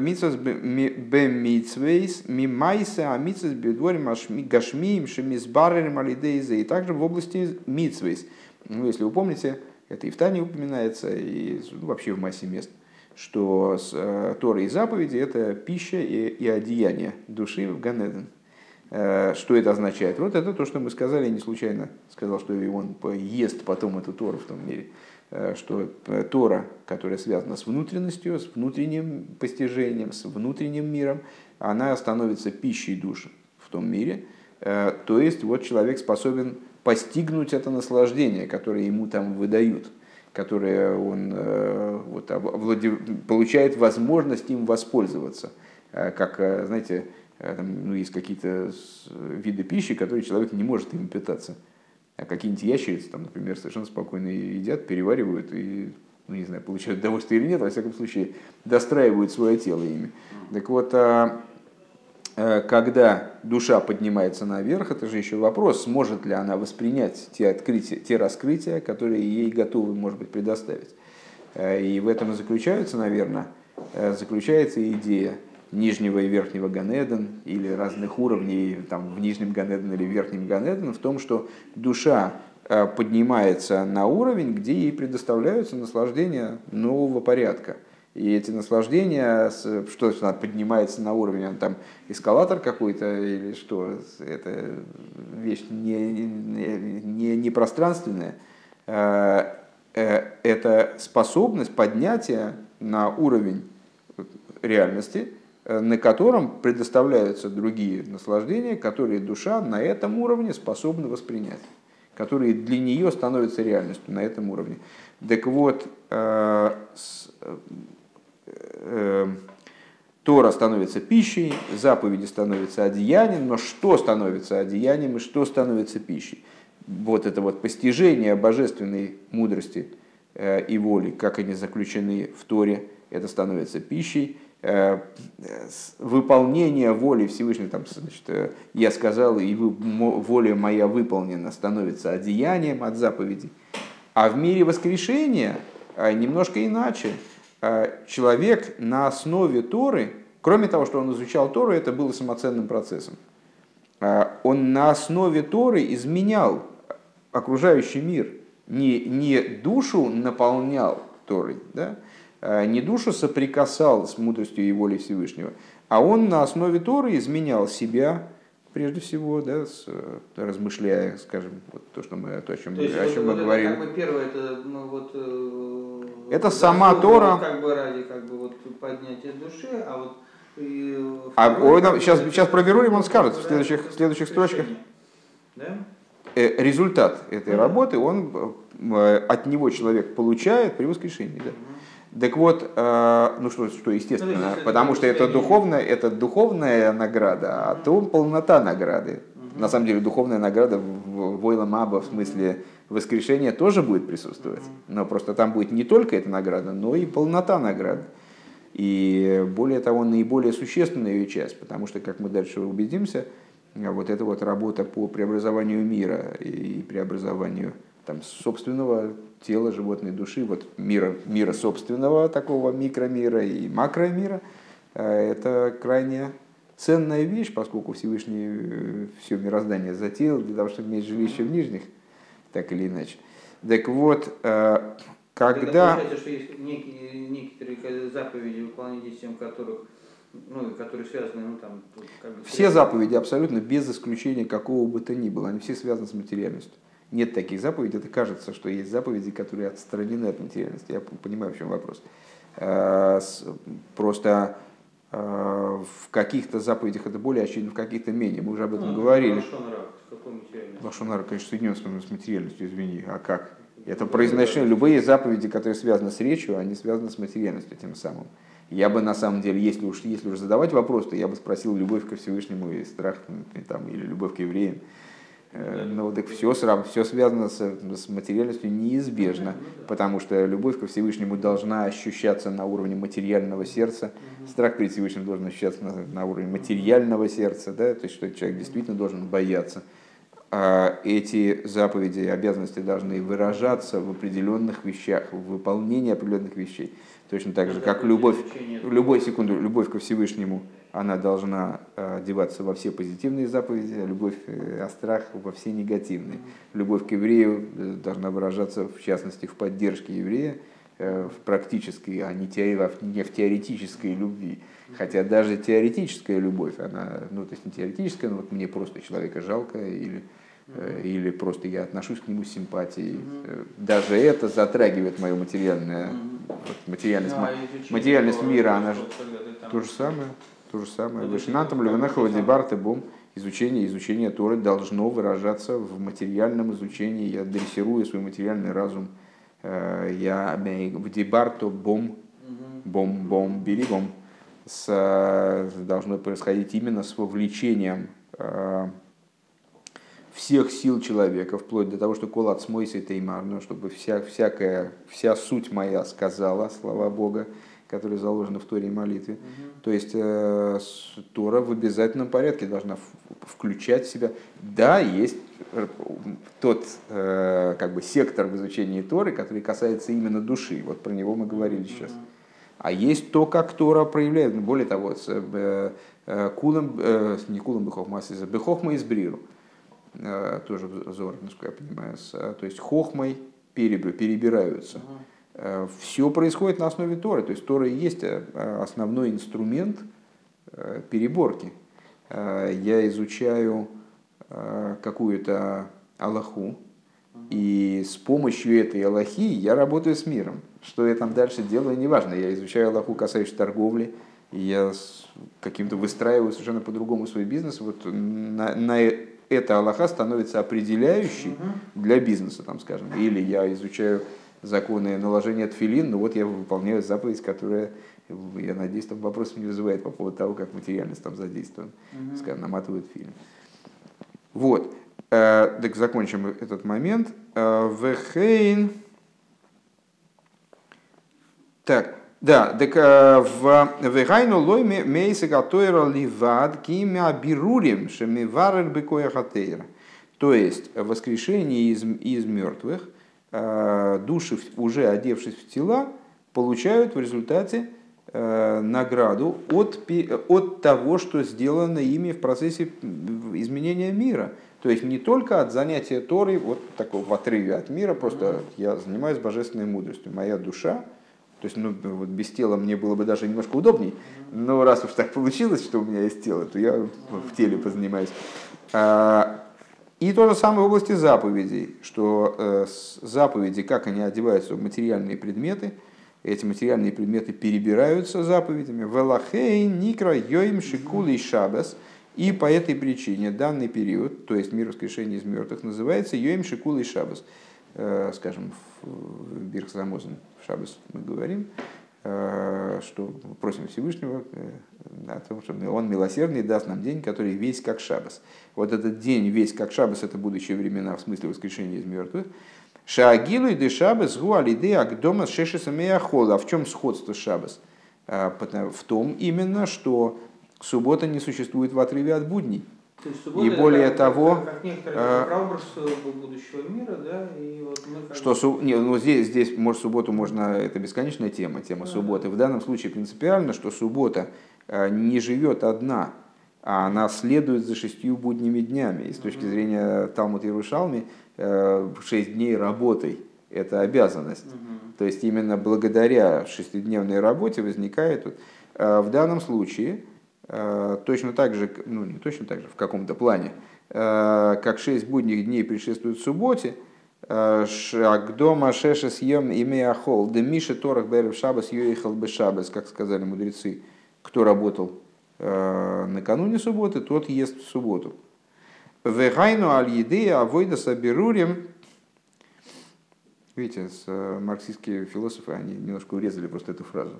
Speaker 2: бемитсвейс мимайса амитсвейс бедворим гашмиим шемизбарерим алидейзе. И также в области митсвейс. Ну, если вы помните, это и в Тане упоминается, и ну, вообще в массе мест, что с, э, Тора и заповеди – это пища и, и одеяние души в Ганеден. Э, что это означает? Вот это то, что мы сказали, я не случайно сказал, что он ест потом эту Тору в том мире. Что Тора, которая связана с внутренностью, с внутренним постижением, с внутренним миром, она становится пищей души в том мире. То есть вот человек способен постигнуть это наслаждение, которое ему там выдают, которое он вот, овладев... получает возможность им воспользоваться. Как, знаете, там, ну, есть какие-то виды пищи, которые человек не может им питаться. А какие-нибудь ящерицы, там, например, совершенно спокойно едят, переваривают и, ну, не знаю, получают удовольствие или нет, во всяком случае, достраивают свое тело ими. Так вот, когда душа поднимается наверх, это же еще вопрос, сможет ли она воспринять те открытия, те раскрытия, которые ей готовы, может быть, предоставить. И в этом и заключается, наверное, заключается идея нижнего и верхнего Ганеден, или разных уровней там, в нижнем Ганеден или в верхнем Ганеден, в том, что душа поднимается на уровень, где ей предоставляются наслаждения нового порядка. И эти наслаждения, что она поднимается на уровень, он там эскалатор какой-то или что, это вещь не, не, не, не пространственная, это способность поднятия на уровень реальности, на котором предоставляются другие наслаждения, которые душа на этом уровне способна воспринять, которые для нее становятся реальностью на этом уровне. Так вот, Тора становится пищей, заповеди становятся одеянием, но что становится одеянием и что становится пищей? Вот это вот постижение божественной мудрости и воли, как они заключены в Торе, это становится пищей. Выполнение воли Всевышнего, там, значит, я сказал, и вы, воля моя выполнена, становится одеянием от заповедей. А в мире воскрешения немножко иначе. Человек на основе Торы, кроме того, что он изучал Тору, это было самоценным процессом. Он на основе Торы изменял окружающий мир, не, не душу наполнял Торой, да? Не душу соприкасал с мудростью и волей Всевышнего, а он на основе Торы изменял себя, прежде всего, да, с, размышляя, скажем, вот то, что мы, то, о чем,
Speaker 3: то есть,
Speaker 2: о чем
Speaker 3: вот,
Speaker 2: мы
Speaker 3: вот
Speaker 2: говорили.
Speaker 3: Это, как бы, первое, это, ну, вот, э,
Speaker 2: это сама Тора.
Speaker 3: Как бы ради как бы, вот, поднятия души, а вот... И,
Speaker 2: а,
Speaker 3: второе,
Speaker 2: ой, сейчас,
Speaker 3: это,
Speaker 2: сейчас про Берурим он скажет
Speaker 3: да,
Speaker 2: в следующих, в следующих строчках.
Speaker 3: Да?
Speaker 2: Результат этой работы, он, от него человек получает при воскрешении. Да? Так вот, ну что, что естественно, ну, потому что это духовная, это духовная награда, а то полнота награды. На самом деле духовная награда в Войлам Аба, в смысле воскрешения, тоже будет присутствовать. Но просто там будет не только эта награда, но и полнота награды. И более того, наиболее существенная ее часть, потому что, как мы дальше убедимся, вот эта вот работа по преобразованию мира и преобразованию там, собственного тела, животной души, вот мира, мира собственного такого микромира и макромира, это крайне ценная вещь, поскольку Всевышний все мироздание затеял для того, чтобы иметь жилище в нижних, так или иначе. Так вот, когда...
Speaker 3: Получается, что есть некие, некоторые заповеди, выполнение действием которых, ну, которые связаны, ну, там... Как бы,
Speaker 2: все заповеди абсолютно без исключения какого бы то ни было, они все связаны с материальностью. Нет таких заповедей, это кажется, что есть заповеди, которые отстранены от материальности. Я понимаю, в чем вопрос. Просто в каких-то заповедях это более очевидно, в каких-то менее. Мы уже об этом ну, говорили. Лашон-ара, конечно, соединен с материальностью, извини. А как? Это произношение. Любые заповеди, которые связаны с речью, они связаны с материальностью тем самым. Я бы на самом деле, если уж, если уж задавать вопрос, то я бы спросил любовь ко Всевышнему и страх, там, или любовь к евреям. Ну, так все, все связано с, с материальностью неизбежно, потому что любовь ко Всевышнему должна ощущаться на уровне материального сердца, страх перед Всевышним должен ощущаться на, на уровне материального сердца, да, то есть что человек действительно должен бояться. А эти заповеди и обязанности должны выражаться в определенных вещах, в выполнении определенных вещей. Точно так же, как любовь, любой секунду, любовь ко Всевышнему, она должна одеваться во все позитивные заповеди, а любовь, а страх во все негативные. Любовь к еврею должна выражаться, в частности, в поддержке еврея, в практической, а не, теори, не в теоретической любви. Хотя даже теоретическая любовь, она, ну, то есть не теоретическая, но вот мне просто человека жалко, или, или просто я отношусь к нему с симпатией. Даже это затрагивает мою материальное, вот, материальность, да, материальность мира, она же то же самое. То же самое. Вышнантом Леванахова Дебарте Бом, изучение, изучение Торы должно выражаться в материальном изучении. Я дрессирую свой материальный разум. Я в Дебарто Бом, Бом, Бом, бери Бом. С, должно происходить именно с вовлечением всех сил человека, вплоть до того, что колат смойся и теймарно, чтобы вся, всякая, вся суть моя сказала слова Бога, которые заложены в Торе и молитве. Mm-hmm. То есть э, Тора в обязательном порядке должна в, включать в себя. Да, есть тот э, как бы сектор в изучении Торы, который касается именно души. Вот про него мы говорили mm-hmm. сейчас. А есть то, как Тора проявляет. Более того, с, э, э, кулам, э, не кулам бехохма, а бехохма из бриру. Э, тоже взор, насколько я понимаю. С, то есть хохмой перебираются. Mm-hmm. Все происходит на основе Торы. То есть Тора и есть основной инструмент переборки. Я изучаю какую-то алаху, и с помощью этой алахи я работаю с миром. Что я там дальше делаю, неважно. Я изучаю алаху, касающуюся торговли, и я каким-то выстраиваю совершенно по-другому свой бизнес. Вот на, на эта алаха становится определяющей для бизнеса, там, скажем. Или я изучаю законы наложения тфилин, но вот я выполняю заповедь, которая, я надеюсь, там вопросов не вызывает по поводу того, как материальность там задействована. Mm-hmm. Скажем, наматывают фильм. Вот. Э, так закончим этот момент. Вехейн. Так, да, так в Вехайну лойме мейсе гатойра ливад кимя бирурим шемиварер бекоя хатейра. То есть воскрешение из, из мертвых, души, уже одевшись в тела, получают в результате э, награду от, от того, что сделано ими в процессе изменения мира. То есть не только от занятия Торой, вот такого в отрыве от мира, просто я занимаюсь божественной мудростью. Моя душа, то есть ну, вот без тела мне было бы даже немножко удобней, но раз уж так получилось, что у меня есть тело, то я в теле позанимаюсь. И то же самое в области заповедей, что э, заповеди, как они одеваются в материальные предметы, эти материальные предметы перебираются заповедями. Велахей, никра, йоим, шикул и шабас. И по этой причине данный период, то есть мир воскрешения из мертвых, называется йоим, шикул и шабас. Э, скажем, в Бирх Замозен, в шабас мы говорим, э, что просим Всевышнего э, о том, что он милосердный даст нам день, который весь как шабас. Вот этот день весь как шабас, это будущие времена, в смысле воскрешения из мертвых. Шаагилу и де шабас гуалиды агдома шешесамеяхола. А в чем сходство с шабас? В том именно, что суббота не существует в отрыве от будней.
Speaker 3: И
Speaker 2: более
Speaker 3: это,
Speaker 2: того,
Speaker 3: как некоторые прообраз будущего мира, да, и вот мы как...
Speaker 2: что су... не, ну здесь, здесь может субботу можно, это бесконечная тема, тема да. субботы. В данном случае принципиально, что суббота не живет одна, а она следует за шестью будними днями. И с точки зрения Талмуд Иерушалми, шесть дней работой – это обязанность. Mm-hmm. То есть именно благодаря шестидневной работе возникает… Вот, в данном случае, точно так же, ну не точно так же, в каком-то плане, как шесть будних дней предшествуют субботе, Шагдома шешес ем имеахол, да миша торах берев шабас юехал бы шабас, как сказали мудрецы, кто работал накануне субботы, тот ест в субботу. Вегайну аль еды авойда сабирурим. Видите, марксистские философы, они немножко урезали просто эту фразу.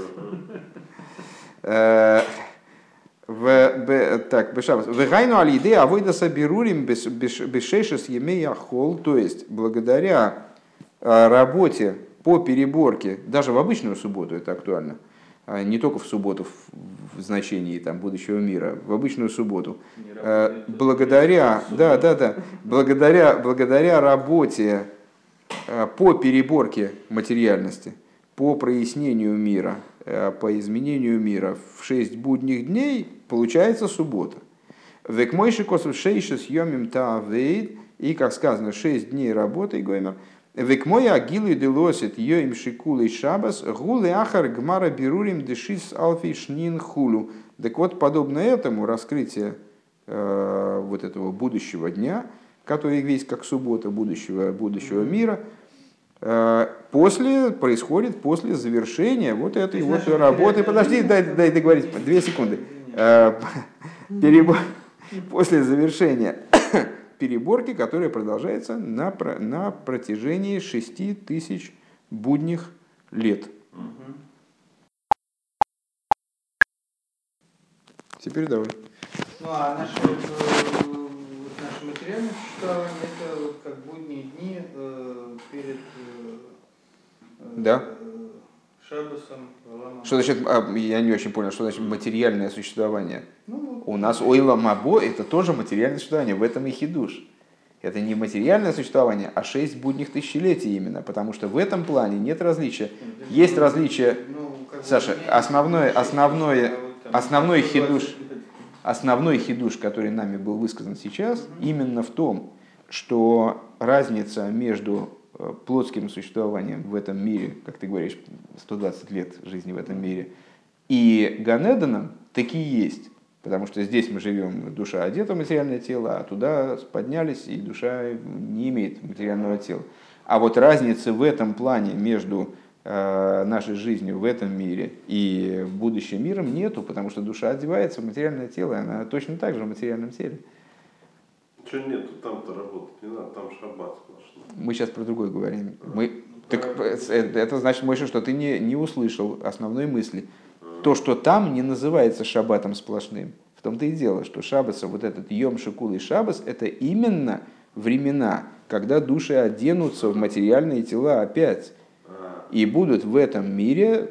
Speaker 2: Так, вегайну аль еды авойда сабирурим бешешес емеяхол, то есть благодаря работе по переборке, даже в обычную субботу это актуально, не только в субботу в значении там, будущего мира, в обычную субботу, благодаря, да, да, да, благодаря, благодаря работе по переборке материальности, по прояснению мира, по изменению мира в шесть будних дней получается суббота. Век мойши косов шейши съемим таавейд, и, как сказано, шесть дней работы, гоймер. Век мой агилу делосит йоим шикулы шабас гулы ахар гмара берурим дешис алфи шнин хулу. Так вот, подобно этому раскрытие э, вот этого будущего дня, который весь как суббота будущего, будущего мира, э, после, происходит после завершения вот этой вот работы. Подожди, дай, дай договорить, две секунды. Э, перебор... После завершения переборки, которая продолжается на, на протяжении шести тысяч будних лет. Теперь давай.
Speaker 3: Ну а наши, наши материалы Материальное существование – это вот как будние дни э, перед э,
Speaker 2: Да.
Speaker 3: э, Шаббасом, Оламом.
Speaker 2: Что значит, я не очень понял, что значит материальное существование?
Speaker 3: Ну,
Speaker 2: У нас Ойлам Або это тоже материальное существование, в этом и хидуш. Это не материальное существование, а шесть будних тысячелетий именно, потому что в этом плане нет различия. Есть различия,
Speaker 3: ну, как бы
Speaker 2: Саша,
Speaker 3: не-
Speaker 2: основное, основное,
Speaker 3: а вот там
Speaker 2: основной
Speaker 3: сто двадцать
Speaker 2: хидуш,
Speaker 3: лет.
Speaker 2: основной хидуш, который нами был высказан сейчас, именно в том, что разница между э, плотским существованием в этом мире, как ты говоришь, сто двадцать лет жизни в этом мире, и Ганеданом таки есть. Потому что здесь мы живем, душа одета в материальное тело, а туда поднялись, и душа не имеет материального тела. А вот разницы в этом плане между э, нашей жизнью в этом мире и будущим миром нету, потому что душа одевается в материальное тело, и она точно так же в материальном теле.
Speaker 4: Что нету, там-то работать не надо, там шаббат сплошной.
Speaker 2: Мы сейчас про другое говорим. Мы, так, это значит, Мойша, что ты не, не услышал основной мысли. То, что там не называется шаббатом сплошным. В том-то и дело, что шаббас, вот этот Йом Шикул и Шаббас, это именно времена, когда души оденутся в материальные тела опять. И будут в этом мире,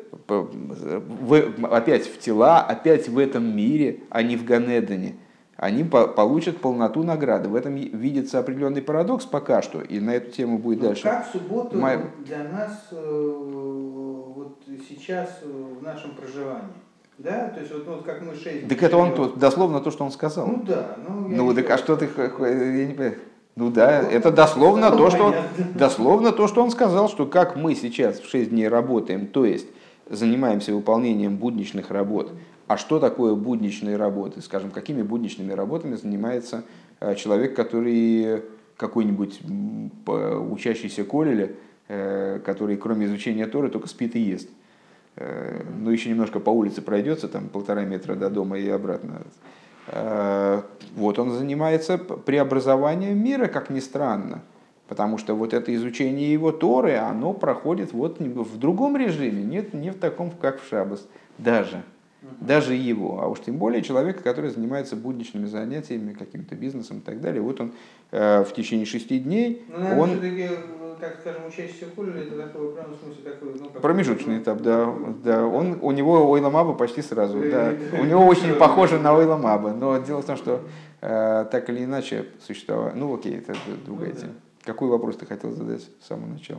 Speaker 2: в, опять в тела, опять в этом мире, а не в Ганедане. Они по, получат полноту награды. В этом видится определенный парадокс пока что, и на эту тему будет
Speaker 3: Ну,
Speaker 2: дальше.
Speaker 3: как суббота
Speaker 2: Май...
Speaker 3: вот для нас э, вот сейчас э, в нашем проживании? Да, то есть вот, ну, вот как мы шесть.
Speaker 2: Так это он то, дословно то, что он сказал.
Speaker 3: Ну да, ну я
Speaker 2: Ну
Speaker 3: не
Speaker 2: так
Speaker 3: знаю,
Speaker 2: а что ты,
Speaker 3: что-
Speaker 2: я не понимаю. Ну да,
Speaker 3: Ну,
Speaker 2: это дословно
Speaker 3: ну,
Speaker 2: то, что он,
Speaker 3: понятно.
Speaker 2: дословно то, что он сказал, что как мы сейчас в шесть дней работаем, то есть занимаемся выполнением будничных работ. А что такое будничные работы? Скажем, какими будничными работами занимается э, человек, который какой-нибудь м, по- учащийся коллеля, э, который кроме изучения Торы только спит и ест. Э, ну еще немножко по улице пройдется, там полтора метра до дома и обратно. Э, вот он занимается преобразованием мира, как ни странно. Потому что вот это изучение его Торы, оно проходит вот в другом режиме, нет, не в таком, как в Шаббас, даже. Даже его, а уж тем более человека, который занимается будничными занятиями, каким-то бизнесом и так далее. Вот он э, в течение шести дней,
Speaker 3: Ну, наверное,
Speaker 2: он...
Speaker 3: все-таки, так скажем, учащийся колледжа, это такой, в определенном смысле, такой, ну, как
Speaker 2: Промежуточный
Speaker 3: ну,
Speaker 2: этап, да,
Speaker 3: такой,
Speaker 2: да. Он, у него Ойлам Аба почти сразу, да.
Speaker 3: Да,
Speaker 2: У него очень
Speaker 3: да.
Speaker 2: похоже на Ойлам Аба, но дело в том, что э, так или иначе существовало... Ну окей, это другая
Speaker 3: Ну, да.
Speaker 2: тема. Какой вопрос ты хотел задать с самого начала?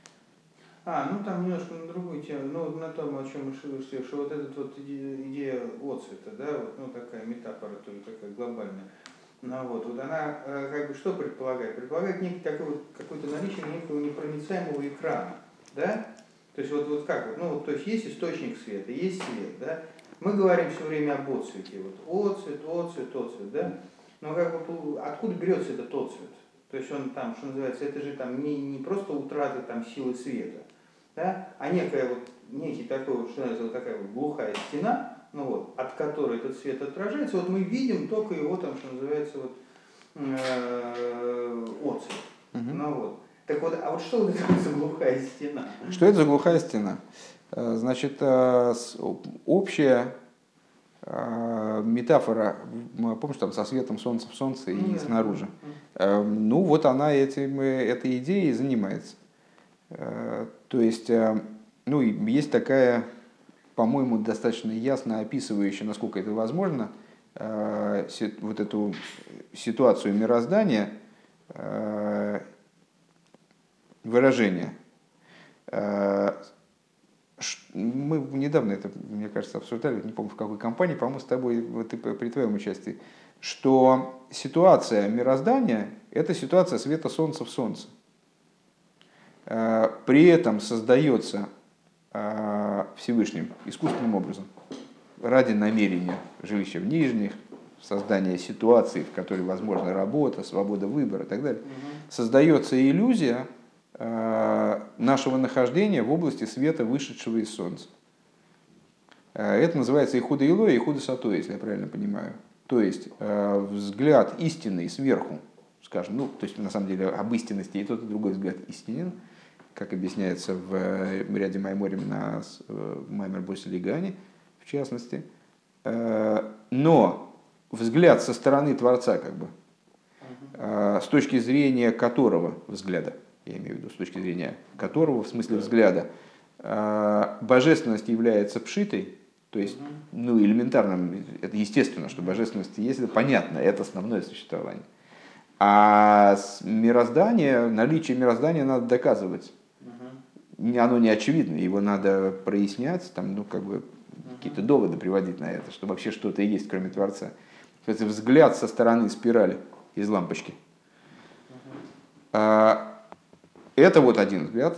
Speaker 3: А, ну там немножко на другую тему, ну на том, о чем мы шли, что вот эта вот идея, идея отцвета, да, вот, ну такая метафора тоже такая глобальная. Ну вот, вот она э, как бы что предполагает? Предполагает некий такой вот, какое-то наличие некого непроницаемого экрана, да? То есть вот, вот как вот, ну вот, то есть есть источник света, есть свет, да? Мы говорим все время об отцвете, вот отцвет, отцвет, отцвет, да? Но как бы откуда берется этот отцвет? То есть он там, что называется, это же там не, не просто утрата там силы света, да? А некая вот, некий такой, вот, что называется, вот такая вот глухая стена, ну вот, от которой этот свет отражается, вот мы видим только его там, что называется, вот, э, отцвет.
Speaker 2: Угу.
Speaker 3: Ну вот. Так вот, а вот что вот это за глухая стена?
Speaker 2: Что это за глухая стена? Значит, общая метафора, помнишь, там со светом солнца в солнце и
Speaker 3: Ну, да.
Speaker 2: снаружи. Ну вот она этим, этой идеей занимается. То есть, ну, есть такая, по-моему, достаточно ясно описывающая, насколько это возможно, вот эту ситуацию мироздания, выражение. Мы недавно это, мне кажется, обсуждали, не помню в какой компании, по-моему, с тобой вот, при твоем участии, что ситуация мироздания – это ситуация света солнца в солнце. При этом создается Всевышним искусственным образом, ради намерения жилища в нижних, создания ситуации, в которой возможна работа, свобода выбора и так далее, создается иллюзия нашего нахождения в области света, вышедшего из солнца. Это называется Ихуда Илой и Ихуда Сато, если я правильно понимаю. То есть взгляд истинный сверху, скажем, ну, то есть на самом деле об истинности и тот, и другой взгляд истинен, как объясняется в ряде майморим на Маймер Босель Гани, в частности. Но взгляд со стороны Творца, как бы, с точки зрения которого взгляда, я имею в виду, с точки зрения которого, в смысле взгляда, божественность является пшитой, то есть, ну, элементарным, это естественно, что божественность есть, это понятно, это основное существование. А мироздание, наличие мироздания надо доказывать. Оно не очевидно, его надо прояснять, там, ну, как бы, какие-то доводы приводить на это, что вообще что-то есть, кроме Творца. Это взгляд со стороны спирали из лампочки. Это вот один взгляд.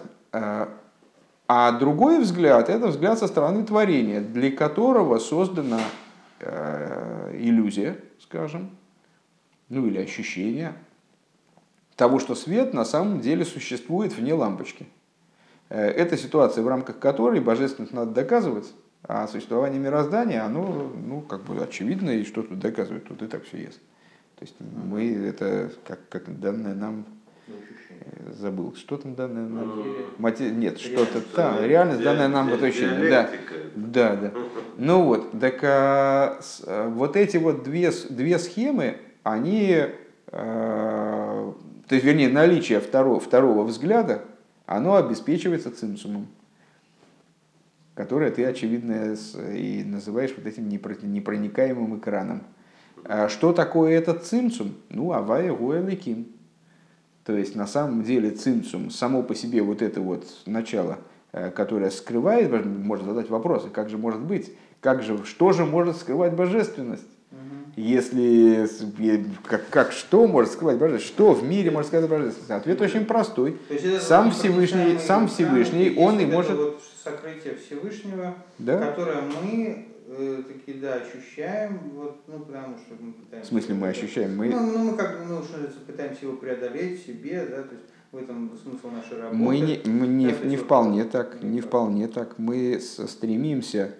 Speaker 2: А другой взгляд — это взгляд со стороны творения, для которого создана иллюзия, скажем, ну или ощущение того, что свет на самом деле существует вне лампочки. Это ситуация, в рамках которой божественность надо доказывать, а существование мироздания, оно, ну, как бы очевидно, и что тут доказывать, тут и так все есть. То есть мы, это как, как данное нам, забыл, что там данное нам? Материя. Нет, что-то там, реальность данная нам в ощущении. Да, да, да. Ну вот, так а, с, вот эти вот две, две схемы, они, а, то есть, вернее, наличие второго, второго взгляда, оно обеспечивается цимсумом, которое ты, очевидно, и называешь вот этим непроникаемым экраном. Что такое этот цимсум? Ну, авая гуэликим. То есть, на самом деле, цимсум, само по себе вот это вот начало, которое скрывает, можно задать вопросы, как же может быть, как же, что же может скрывать божественность? Если, как, как, что может скрывать божественность? Что в мире может скрывать божественность? Ответ очень простой. Сам Всевышний, сам Всевышний, он и может...
Speaker 3: Вот сокрытие Всевышнего,
Speaker 2: да?
Speaker 3: которое мы э, таки, да, ощущаем, вот, ну, потому что мы пытаемся...
Speaker 2: В смысле мы ощущаем? Мы...
Speaker 3: Ну, ну, мы как бы, ну, что пытаемся его преодолеть в себе, да, то есть в этом смысл нашей работы.
Speaker 2: Мы не, мы не,
Speaker 3: да,
Speaker 2: не
Speaker 3: вот
Speaker 2: вполне
Speaker 3: вот,
Speaker 2: так,
Speaker 3: не
Speaker 2: не вполне так. Мы стремимся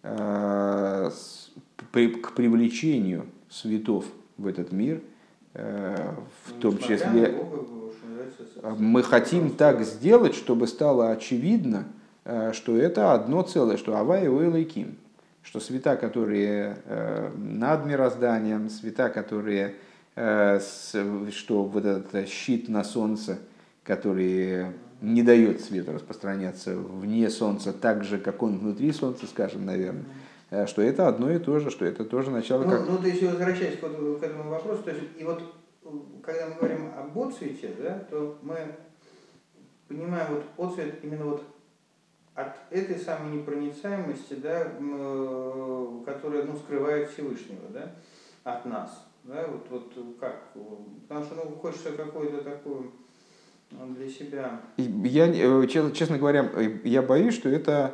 Speaker 2: э, с, при, к привлечению светов в этот мир, э, в
Speaker 3: ну,
Speaker 2: том числе...
Speaker 3: Бога, нравится,
Speaker 2: мы хотим так сделать, чтобы стало очевидно, э, что это одно целое, что Авай Уэлайким, что света, которые э, над мирозданием, света, которые, э, с, что вот этот щит на солнце, который не дает свету распространяться вне солнца, так же, как он внутри солнца, скажем, наверное, э, что это одно и то же, что это тоже начало...
Speaker 3: Ну,
Speaker 2: как...
Speaker 3: ну то есть, возвращаясь к, к этому вопросу, то есть, и вот когда мы говорим об отцвете, да, то мы понимаем вот отцвет именно вот от этой самой непроницаемости, да, которая, ну, скрывает Всевышнего, да, от нас. Да, вот, вот как? Потому что, ну, хочется какой-то такой для себя...
Speaker 2: Я, честно говоря, я боюсь, что это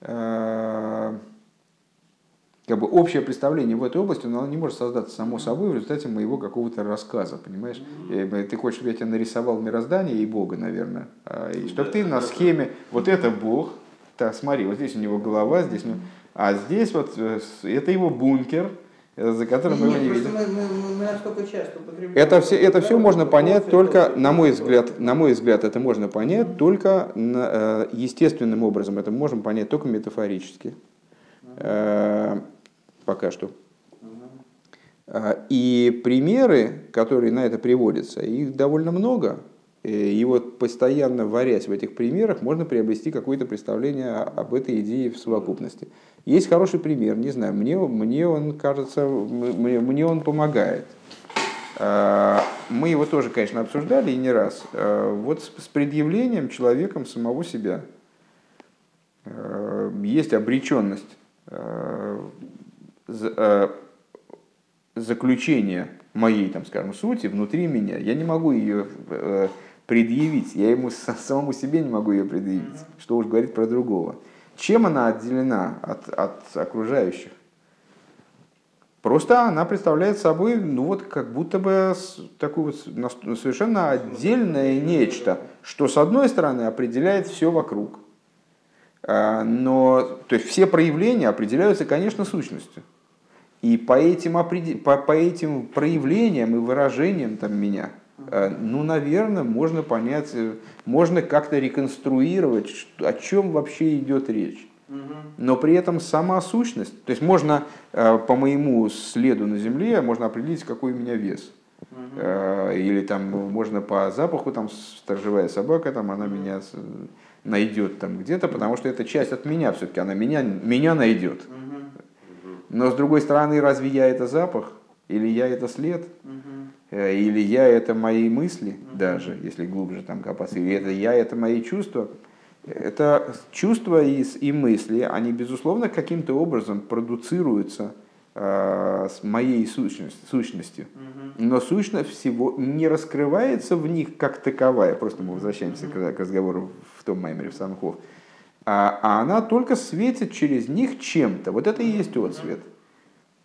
Speaker 2: э, как бы общее представление в этой области, но оно не может создаться само собой в результате моего какого-то рассказа, понимаешь? Mm-hmm. Ты хочешь, чтобы я тебе нарисовал мироздание и Бога, наверное, и чтобы ты на схеме, вот это Бог, так, смотри, вот здесь у него голова, здесь, а здесь вот это его бункер, за которым мы его не видим.
Speaker 3: Мы, мы, мы настолько часто употребляем.
Speaker 2: Это все, это все можно понять только, на мой взгляд, на мой взгляд, это можно понять только на, естественным образом, это можем понять только метафорически. Пока что. И примеры, которые на это приводятся, их довольно много. И вот постоянно варясь в этих примерах, можно приобрести какое-то представление об этой идее в совокупности. Есть хороший пример, не знаю, мне, мне он кажется, мне, мне он помогает. Мы его тоже, конечно, обсуждали и не раз. Вот с предъявлением человеком самого себя. Есть обреченность заключения моей, там, скажем, сути внутри меня. Я не могу ее предъявить, я ему самому себе не могу ее предъявить, mm-hmm. что уж говорить про другого. Чем она отделена от, от окружающих? Просто она представляет собой, ну вот, как будто бы такое вот совершенно отдельное нечто, что с одной стороны определяет все вокруг, но то есть все проявления определяются, конечно, сущностью. И по этим, по, по этим проявлениям и выражениям там, меня, ну, наверное, можно понять, можно как-то реконструировать, что, о чем вообще идет речь. Но при этом сама сущность, то есть можно по моему следу на Земле, можно определить, какой у меня вес. Uh-huh. Или там можно по запаху, там сторожевая собака, там она uh-huh. меня найдет там где-то, потому что это часть от меня все-таки, она меня, меня найдет. Uh-huh. Но с другой стороны, разве я это запах? Или я это след? Uh-huh. Или я это мои мысли, uh-huh. даже, если глубже там копаться, или это я это мои чувства? Это чувства и, и мысли, они, безусловно, каким-то образом продуцируются э, с моей сущностью, сущностью. Uh-huh. Но сущность всего не раскрывается в них как таковая, просто мы возвращаемся uh-huh. к, к разговору в том маймере в Самхов, а, а она только светит через них чем-то. Вот это и есть отсвет. Uh-huh.